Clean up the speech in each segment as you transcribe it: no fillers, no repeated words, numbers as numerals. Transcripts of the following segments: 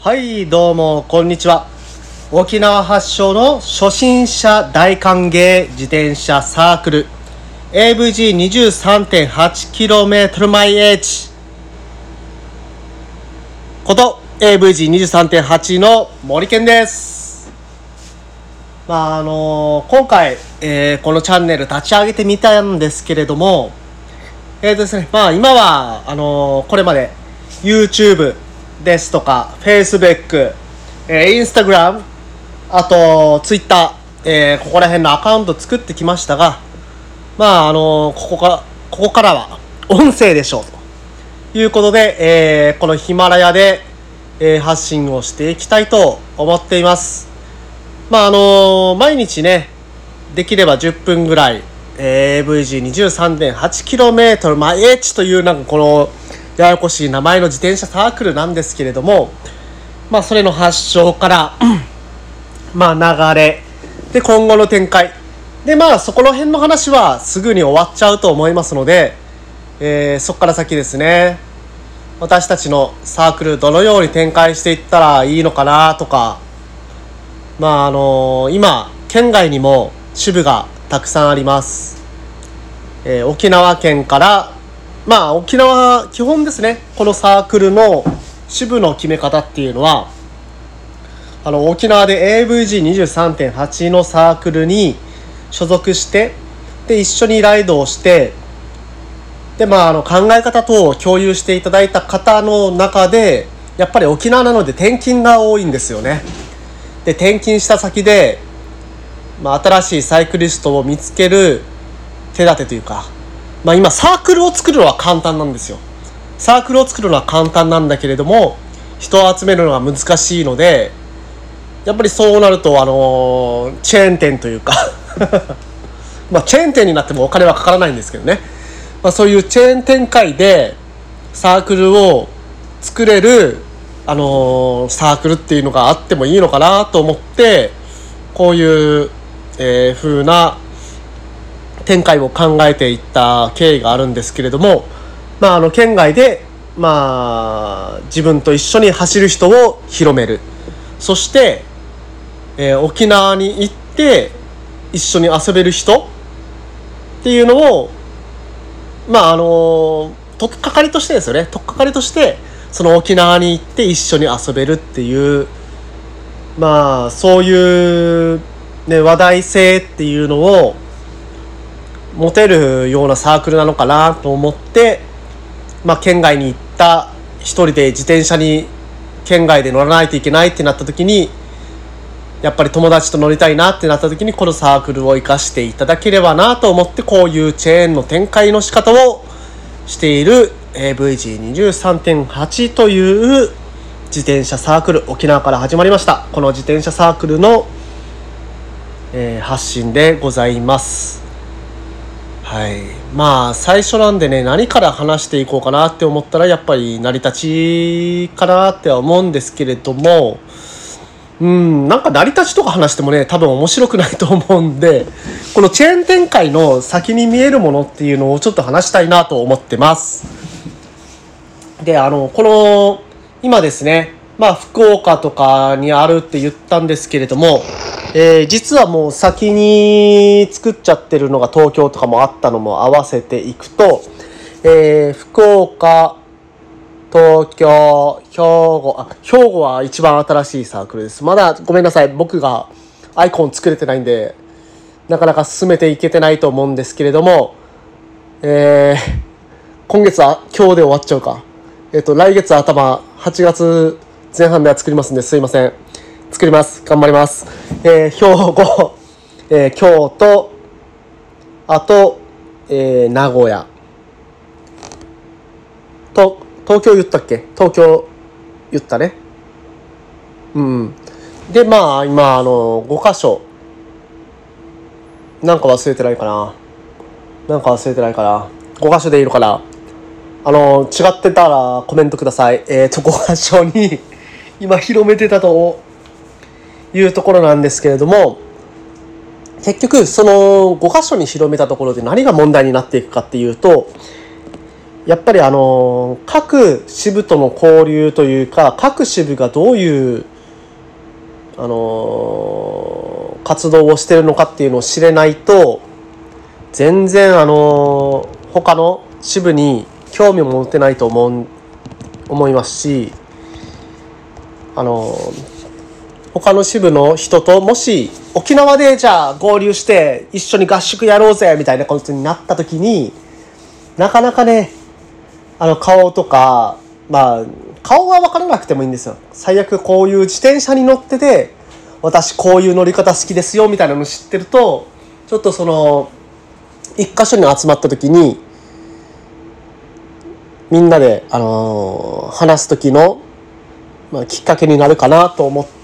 はい、どうもこんにちは。沖縄発祥の初心者大歓迎自転車サークル AVG23.8km マイエッジこと AVG23.8 の森健です。今回、このチャンネル立ち上げてみたんですけれども、ですね、今はこれまで YouTube ですとか Facebook、Instagram、あと Twitter、ここら辺のアカウント作ってきましたが、ここからは音声でしょうということで、このヒマラヤで、発信をしていきたいと思っています。毎日ね、できれば10分ぐらい、AVG23.8km マイエッジというこのややこしい名前の自転車サークルなんですけれども、それの発祥から流れで今後の展開でそこら辺の話はすぐに終わっちゃうと思いますので、そこから先ですね、私たちのサークルどのように展開していったらいいのかなとか、今県外にも支部がたくさんあります。沖縄県から沖縄基本ですね、このサークルの支部の決め方っていうのは沖縄で AVG23.8 のサークルに所属してで一緒にライドをしてで考え方等を共有していただいた方の中でやっぱり沖縄なので転勤が多いんですよね。で転勤した先で、新しいサイクリストを見つける手立てというか、今サークルを作るのは簡単なんですよ。サークルを作るのは簡単なんだけれども人を集めるのが難しいので、やっぱりそうなるとチェーン店というかチェーン店になってもお金はかからないんですけどね、そういうチェーン展開でサークルを作れるサークルっていうのがあってもいいのかなと思って、こういう、風な展開を考えていった経緯があるんですけれども、県外で自分と一緒に走る人を広める、そして、沖縄に行って一緒に遊べる人っていうのを取っかかりとしてですよね、取っかかりとしてその沖縄に行って一緒に遊べるっていうそういうね話題性っていうのを持てるようなサークルなのかなと思って、県外に行った一人で自転車に県外で乗らないといけないってなった時に、やっぱり友達と乗りたいなってなった時にこのサークルを生かしていただければなと思って、こういうチェーンの展開の仕方をしている AVG23.8 という自転車サークル、沖縄から始まりました。この自転車サークルの、発信でございます。はい、最初なんでね、何から話していこうかなって思ったらやっぱり成り立ちかなっては思うんですけれども、成り立ちとか話してもね多分面白くないと思うんで、このチェーン展開の先に見えるものっていうのをちょっと話したいなと思ってます。でこの今ですね、福岡とかにあるって言ったんですけれども、実はもう先に作っちゃってるのが東京とかもあったのも合わせていくと、福岡、東京、兵庫は一番新しいサークルです。まだごめんなさい、僕がアイコン作れてないんでなかなか進めていけてないと思うんですけれども、今月は今日で終わっちゃうか、来月頭8月前半では作りますんで、すいません、作ります、頑張ります。兵庫、京都、あと、名古屋と東京言ったっけ？東京言ったね。で今5カ所忘れてないかな5カ所でいいのかな、違ってたらコメントください。5カ所に今広めてたというところなんですけれども、結局その5カ所に広めたところで何が問題になっていくかっていうと、 やっぱり各支部との交流というか、各支部がどういう活動をしているのかっていうのを知れないと、全然他の支部に興味も持てないと思いますし、他の支部の人ともし沖縄でじゃあ合流して一緒に合宿やろうぜみたいなことになった時に、なかなかね、顔とか、顔は分からなくてもいいんですよ。最悪こういう自転車に乗ってて、私こういう乗り方好きですよみたいなの知ってると、ちょっと一箇所に集まった時にみんなで、話す時の、きっかけになるかなと思って、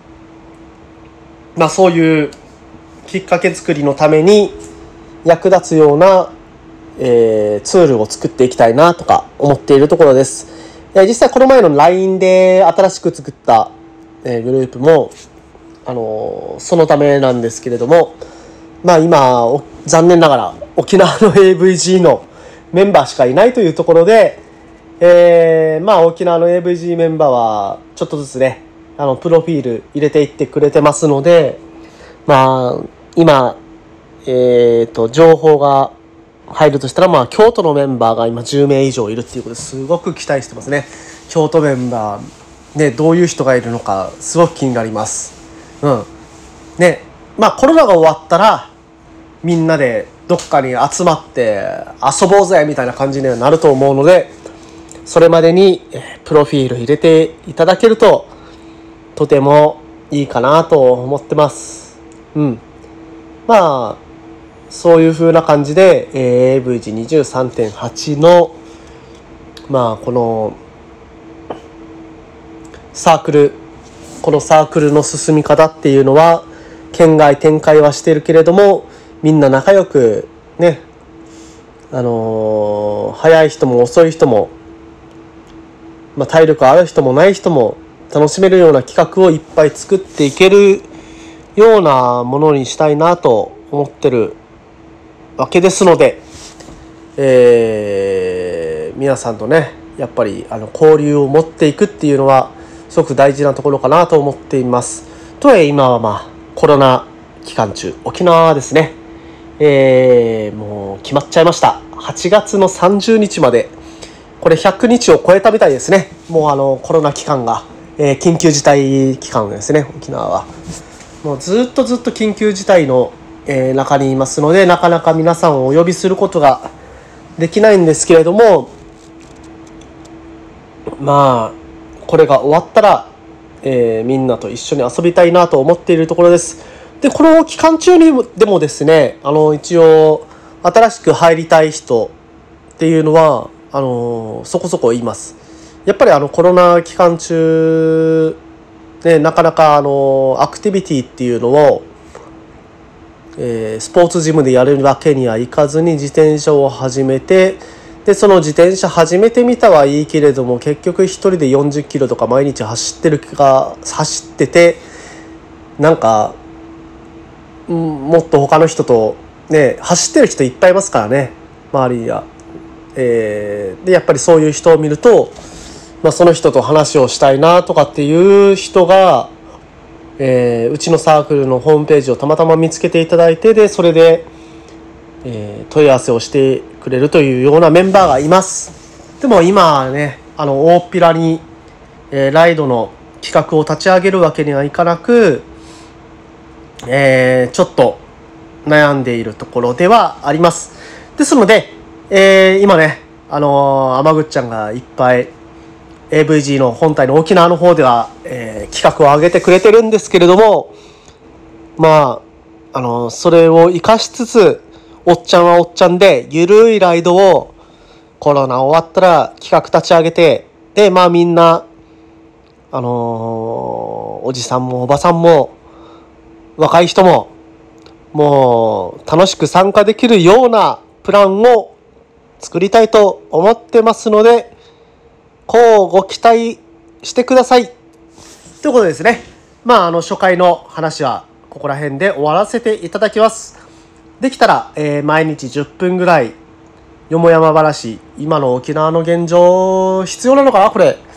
そういうきっかけ作りのために役立つような、ツールを作っていきたいなとか思っているところです。実際この前の LINE で新しく作った、グループも、そのためなんですけれども、今残念ながら沖縄の AVG のメンバーしかいないというところで、沖縄の AVG メンバーはちょっとずつね、プロフィール入れていってくれてますので、今情報が入るとしたら、京都のメンバーが今10名以上いるっていうことですごく期待してますね。京都メンバーね、どういう人がいるのかすごく気になります。ね、コロナが終わったらみんなでどっかに集まって遊ぼうぜみたいな感じにはなると思うので、それまでにプロフィール入れていただけるととてもいいかなと思ってます。そういう風な感じで、AVG23.8 のこのサークル、このサークルの進み方っていうのは県外展開はしてるけれども、みんな仲良くね、早い人も遅い人も、体力ある人もない人も楽しめるような企画をいっぱい作っていけるようなものにしたいなと思ってるわけですので、皆さんとね、やっぱり交流を持っていくっていうのはすごく大事なところかなと思っています。とはいえ今はコロナ期間中、沖縄はですね、もう決まっちゃいました。8月の30日まで、これ100日を超えたみたいですね。もうコロナ期間が、緊急事態期間ですね。沖縄はもうずっと緊急事態の、中にいますので、なかなか皆さんをお呼びすることができないんですけれども、これが終わったら、みんなと一緒に遊びたいなと思っているところです。で、この期間中にでもですね、一応新しく入りたい人っていうのはそこそこいます。やっぱりコロナ期間中でなかなかアクティビティっていうのを、スポーツジムでやるわけにはいかずに自転車を始めて、でその自転車始めてみたはいいけれども、結局一人で40キロとか毎日走ってて、なんかもっと他の人とね、走ってる人いっぱいいますからね、周りには。でやっぱりそういう人を見ると、その人と話をしたいなとかっていう人が、うちのサークルのホームページをたまたま見つけていただいて、でそれで、問い合わせをしてくれるというようなメンバーがいます。でも今はね、大っぴらに、ライドの企画を立ち上げるわけにはいかなく、ちょっと悩んでいるところではあります。ですので、今ね、天口ちゃんがいっぱい AVG の本体の沖縄の方では、企画を上げてくれてるんですけれども、それを活かしつつ、おっちゃんはおっちゃんでゆるいライドをコロナ終わったら企画立ち上げて、でみんなおじさんもおばさんも若い人ももう楽しく参加できるようなプランを作りたいと思ってますので、こうご期待してくださいということですね。初回の話はここら辺で終わらせていただきます。できたら、毎日10分ぐらい、 よもやま話、今の沖縄の現状、必要なのかなこれ。